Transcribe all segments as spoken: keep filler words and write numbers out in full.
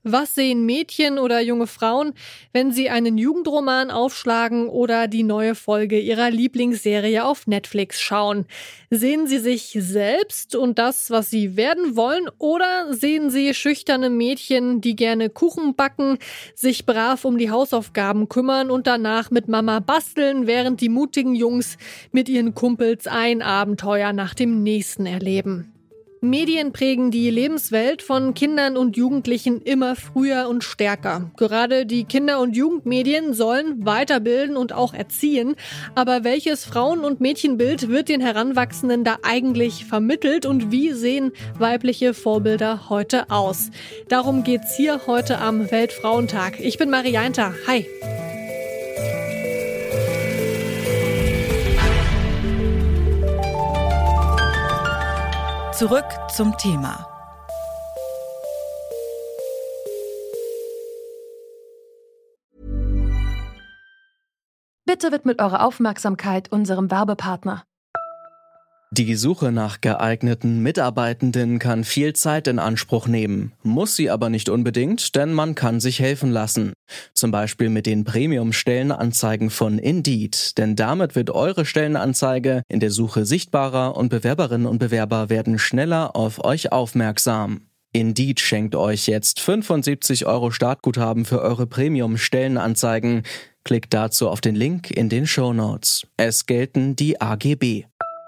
Was sehen Mädchen oder junge Frauen, wenn sie einen Jugendroman aufschlagen oder die neue Folge ihrer Lieblingsserie auf Netflix schauen? Sehen sie sich selbst und das, was sie werden wollen, oder sehen sie schüchterne Mädchen, die gerne Kuchen backen, sich brav um die Hausaufgaben kümmern und danach mit Mama basteln, während die mutigen Jungs mit ihren Kumpels ein Abenteuer nach dem nächsten erleben? Medien prägen die Lebenswelt von Kindern und Jugendlichen immer früher und stärker. Gerade die Kinder- und Jugendmedien sollen weiterbilden und auch erziehen. Aber welches Frauen- und Mädchenbild wird den Heranwachsenden da eigentlich vermittelt und wie sehen weibliche Vorbilder heute aus? Darum geht's hier heute am Weltfrauentag. Ich bin Marianta. Hi. Zurück zum Thema. Bitte widmet eure Aufmerksamkeit unserem Werbepartner. Die Suche nach geeigneten Mitarbeitenden kann viel Zeit in Anspruch nehmen, muss sie aber nicht unbedingt, denn man kann sich helfen lassen. Zum Beispiel mit den Premium-Stellenanzeigen von Indeed, denn damit wird eure Stellenanzeige in der Suche sichtbarer und Bewerberinnen und Bewerber werden schneller auf euch aufmerksam. Indeed schenkt euch jetzt fünfundsiebzig Euro Startguthaben für eure Premium-Stellenanzeigen. Klickt dazu auf den Link in den Shownotes. Es gelten die A G B.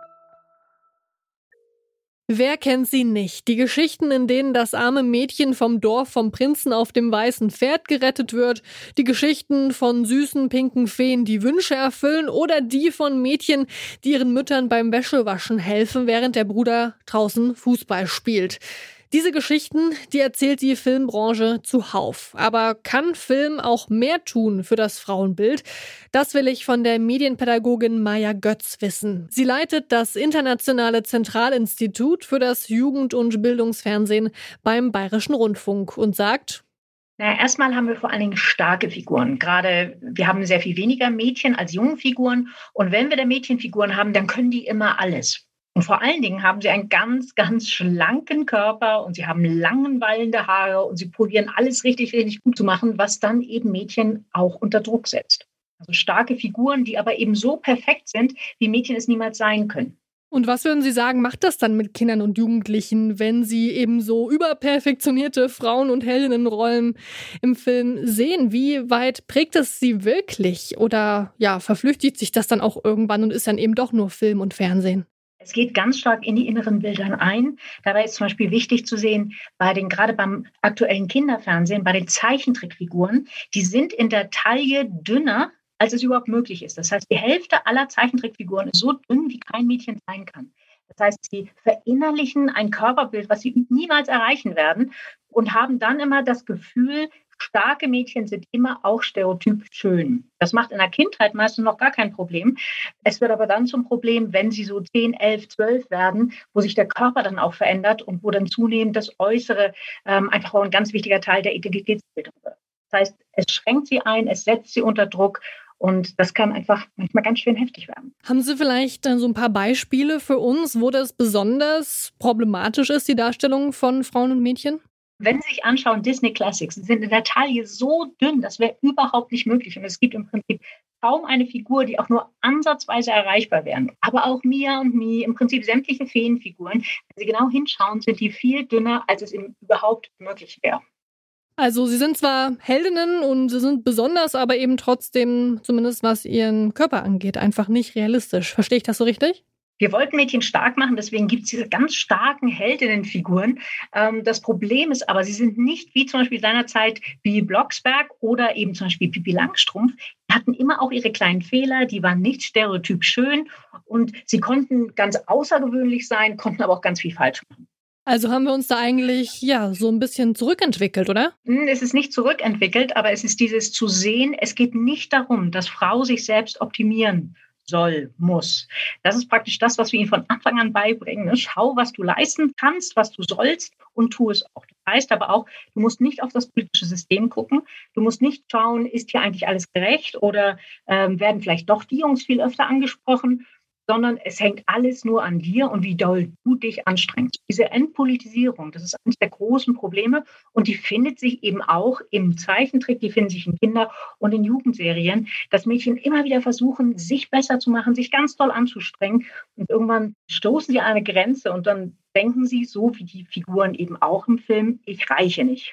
Wer kennt sie nicht? Die Geschichten, in denen das arme Mädchen vom Dorf vom Prinzen auf dem weißen Pferd gerettet wird, die Geschichten von süßen pinken Feen, die Wünsche erfüllen, oder die von Mädchen, die ihren Müttern beim Wäschewaschen helfen, während der Bruder draußen Fußball spielt. Diese Geschichten, die erzählt die Filmbranche zuhauf. Aber kann Film auch mehr tun für das Frauenbild? Das will ich von der Medienpädagogin Maja Götz wissen. Sie leitet das Internationale Zentralinstitut für das Jugend- und Bildungsfernsehen beim Bayerischen Rundfunk und sagt: Naja, erstmal haben wir vor allen Dingen starke Figuren. Gerade wir haben sehr viel weniger Mädchen als Jungenfiguren. Und wenn wir da Mädchenfiguren haben, dann können die immer alles. Und vor allen Dingen haben sie einen ganz, ganz schlanken Körper und sie haben langen, wallende Haare und sie probieren alles richtig, richtig gut zu machen, was dann eben Mädchen auch unter Druck setzt. Also starke Figuren, die aber eben so perfekt sind, wie Mädchen es niemals sein können. Und was würden Sie sagen, macht das dann mit Kindern und Jugendlichen, wenn sie eben so überperfektionierte Frauen- und Heldinnenrollen im Film sehen? Wie weit prägt es sie wirklich? Oder ja, verflüchtigt sich das dann auch irgendwann und ist dann eben doch nur Film und Fernsehen? Es geht ganz stark in die inneren Bildern ein. Dabei ist zum Beispiel wichtig zu sehen, bei den, gerade beim aktuellen Kinderfernsehen, bei den Zeichentrickfiguren, die sind in der Taille dünner, als es überhaupt möglich ist. Das heißt, die Hälfte aller Zeichentrickfiguren ist so dünn, wie kein Mädchen sein kann. Das heißt, sie verinnerlichen ein Körperbild, was sie niemals erreichen werden und haben dann immer das Gefühl, starke Mädchen sind immer auch stereotyp schön. Das macht in der Kindheit meistens noch gar kein Problem. Es wird aber dann zum Problem, wenn sie so zehn, elf, zwölf werden, wo sich der Körper dann auch verändert und wo dann zunehmend das Äußere ähm, einfach auch ein ganz wichtiger Teil der Identitätsbildung wird. Das heißt, es schränkt sie ein, es setzt sie unter Druck. Und das kann einfach manchmal ganz schön heftig werden. Haben Sie vielleicht so ein paar Beispiele für uns, wo das besonders problematisch ist, die Darstellung von Frauen und Mädchen? Wenn Sie sich anschauen, Disney Classics, die sind in der Taille so dünn, das wäre überhaupt nicht möglich. Und es gibt im Prinzip kaum eine Figur, die auch nur ansatzweise erreichbar wären. Aber auch Mia und Mi, im Prinzip sämtliche Feenfiguren, wenn Sie genau hinschauen, sind die viel dünner, als es eben überhaupt möglich wäre. Also sie sind zwar Heldinnen und sie sind besonders, aber eben trotzdem, zumindest was ihren Körper angeht, einfach nicht realistisch. Verstehe ich das so richtig? Wir wollten Mädchen stark machen, deswegen gibt es diese ganz starken Heldinnenfiguren. Ähm, das Problem ist aber, sie sind nicht wie zum Beispiel seinerzeit Bibi Blocksberg oder eben zum Beispiel Pippi Langstrumpf. Die hatten immer auch ihre kleinen Fehler, die waren nicht stereotyp schön und sie konnten ganz außergewöhnlich sein, konnten aber auch ganz viel falsch machen. Also haben wir uns da eigentlich ja so ein bisschen zurückentwickelt, oder? Es ist nicht zurückentwickelt, aber es ist dieses zu sehen, es geht nicht darum, dass Frau sich selbst optimieren soll, muss. Das ist praktisch das, was wir ihnen von Anfang an beibringen. Ne? Schau, was du leisten kannst, was du sollst und tu es auch. Das heißt aber auch, du musst nicht auf das politische System gucken. Du musst nicht schauen, ist hier eigentlich alles gerecht oder ähm, werden vielleicht doch die Jungs viel öfter angesprochen, sondern es hängt alles nur an dir und wie doll du dich anstrengst. Diese Entpolitisierung, das ist eines der großen Probleme und die findet sich eben auch im Zeichentrick, die finden sich in Kinder- und in Jugendserien, dass Mädchen immer wieder versuchen, sich besser zu machen, sich ganz doll anzustrengen und irgendwann stoßen sie an eine Grenze und dann denken sie, so wie die Figuren eben auch im Film, ich reiche nicht.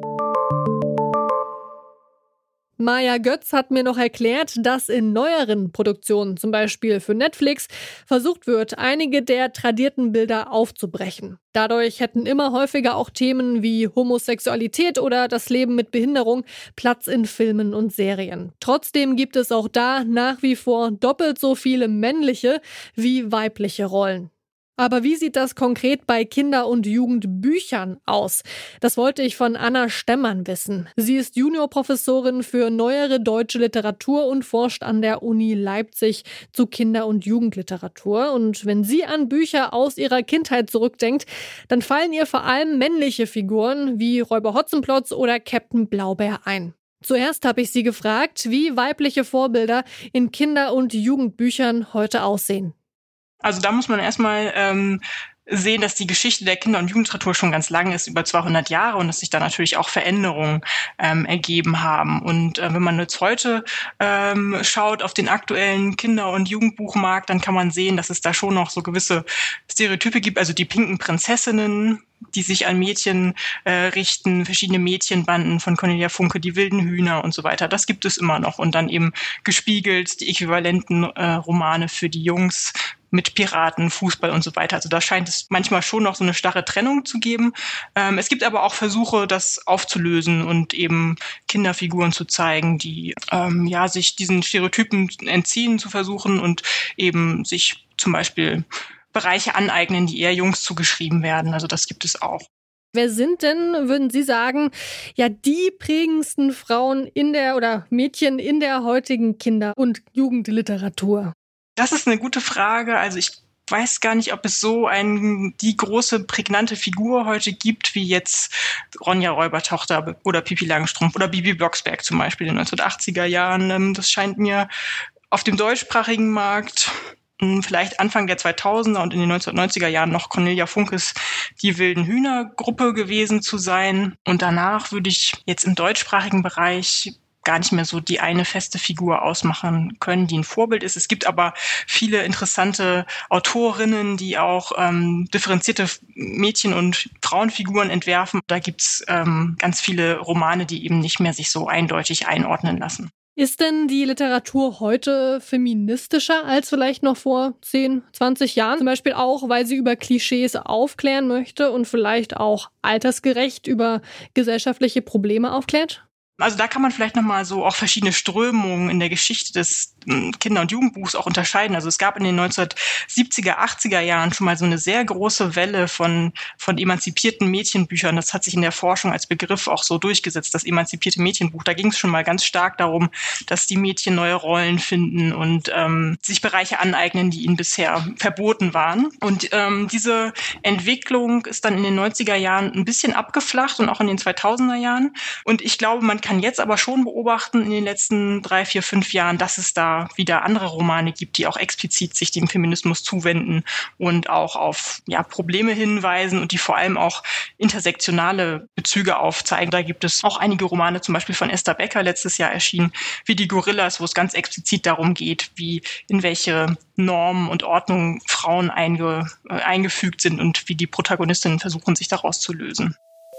Maja Götz hat mir noch erklärt, dass in neueren Produktionen, zum Beispiel für Netflix, versucht wird, einige der tradierten Bilder aufzubrechen. Dadurch hätten immer häufiger auch Themen wie Homosexualität oder das Leben mit Behinderung Platz in Filmen und Serien. Trotzdem gibt es auch da nach wie vor doppelt so viele männliche wie weibliche Rollen. Aber wie sieht das konkret bei Kinder- und Jugendbüchern aus? Das wollte ich von Anna Stemmern wissen. Sie ist Juniorprofessorin für neuere deutsche Literatur und forscht an der Uni Leipzig zu Kinder- und Jugendliteratur. Und wenn sie an Bücher aus ihrer Kindheit zurückdenkt, dann fallen ihr vor allem männliche Figuren wie Räuber Hotzenplotz oder Captain Blaubeer ein. Zuerst habe ich sie gefragt, wie weibliche Vorbilder in Kinder- und Jugendbüchern heute aussehen. Also da muss man erstmal ähm, sehen, dass die Geschichte der Kinder- und Jugendliteratur schon ganz lang ist, über zweihundert Jahre, und dass sich da natürlich auch Veränderungen ähm, ergeben haben. Und äh, wenn man jetzt heute ähm, schaut auf den aktuellen Kinder- und Jugendbuchmarkt, dann kann man sehen, dass es da schon noch so gewisse Stereotype gibt, also die pinken Prinzessinnen, die sich an Mädchen äh, richten, verschiedene Mädchenbanden von Cornelia Funke, die wilden Hühner und so weiter. Das gibt es immer noch. Und dann eben gespiegelt die äquivalenten äh, Romane für die Jungs mit Piraten, Fußball und so weiter. Also da scheint es manchmal schon noch so eine starre Trennung zu geben. Ähm, es gibt aber auch Versuche, das aufzulösen und eben Kinderfiguren zu zeigen, die ähm, ja sich diesen Stereotypen entziehen zu versuchen und eben sich zum Beispiel Bereiche aneignen, die eher Jungs zugeschrieben werden. Also das gibt es auch. Wer sind denn, würden Sie sagen, ja die prägendsten Frauen in der oder Mädchen in der heutigen Kinder- und Jugendliteratur? Das ist eine gute Frage. Also ich weiß gar nicht, ob es so ein, die große prägnante Figur heute gibt, wie jetzt Ronja Räubertochter oder Pippi Langstrumpf oder Bibi Blocksberg zum Beispiel in den neunzehnhundertachtziger Jahren. Das scheint mir auf dem deutschsprachigen Markt vielleicht Anfang der zweitausender und in den neunzehnhundertneunziger Jahren noch Cornelia Funkes Die wilden Hühner Gruppe gewesen zu sein. Und danach würde ich jetzt im deutschsprachigen Bereich gar nicht mehr so die eine feste Figur ausmachen können, die ein Vorbild ist. Es gibt aber viele interessante Autorinnen, die auch ähm, differenzierte Mädchen- und Frauenfiguren entwerfen. Da gibt's ähm, ganz viele Romane, die eben nicht mehr sich so eindeutig einordnen lassen. Ist denn die Literatur heute feministischer als vielleicht noch vor zehn, zwanzig Jahren? Zum Beispiel auch, weil sie über Klischees aufklären möchte und vielleicht auch altersgerecht über gesellschaftliche Probleme aufklärt? Also da kann man vielleicht nochmal so auch verschiedene Strömungen in der Geschichte des Kinder- und Jugendbuchs auch unterscheiden. Also es gab in den neunzehnhundertsiebziger, achtziger Jahren schon mal so eine sehr große Welle von von emanzipierten Mädchenbüchern. Das hat sich in der Forschung als Begriff auch so durchgesetzt, das emanzipierte Mädchenbuch. Da ging es schon mal ganz stark darum, dass die Mädchen neue Rollen finden und ähm, sich Bereiche aneignen, die ihnen bisher verboten waren. Und ähm, diese Entwicklung ist dann in den neunziger Jahren ein bisschen abgeflacht und auch in den zweitausender Jahren. Und ich glaube, man kann jetzt aber schon beobachten in den letzten drei, vier, fünf Jahren, dass es da wieder andere Romane gibt, die auch explizit sich dem Feminismus zuwenden und auch auf ja, Probleme hinweisen und die vor allem auch intersektionale Bezüge aufzeigen. Da gibt es auch einige Romane, zum Beispiel von Esther Becker letztes Jahr erschienen, wie die Gorillas, wo es ganz explizit darum geht, wie in welche Normen und Ordnungen Frauen einge, äh, eingefügt sind und wie die Protagonistinnen versuchen, sich daraus zu lösen.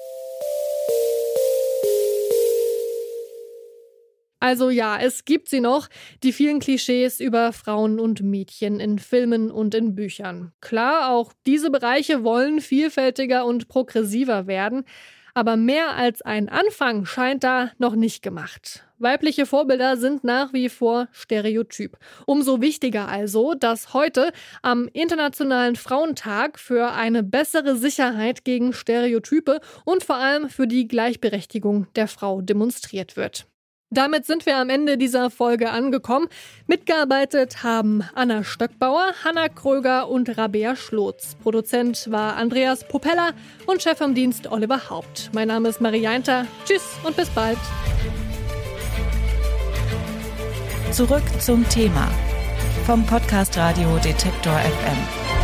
Also ja, es gibt sie noch, die vielen Klischees über Frauen und Mädchen in Filmen und in Büchern. Klar, auch diese Bereiche wollen vielfältiger und progressiver werden, aber mehr als ein Anfang scheint da noch nicht gemacht. Weibliche Vorbilder sind nach wie vor Stereotyp. Umso wichtiger also, dass heute am Internationalen Frauentag für eine bessere Sicherheit gegen Stereotype und vor allem für die Gleichberechtigung der Frau demonstriert wird. Damit sind wir am Ende dieser Folge angekommen. Mitgearbeitet haben Anna Stöckbauer, Hanna Kröger und Rabea Schlotz. Produzent war Andreas Popella und Chef vom Dienst Oliver Haupt. Mein Name ist Marie Jainter. Tschüss und bis bald. Zurück zum Thema vom Podcast Radio Detektor F M.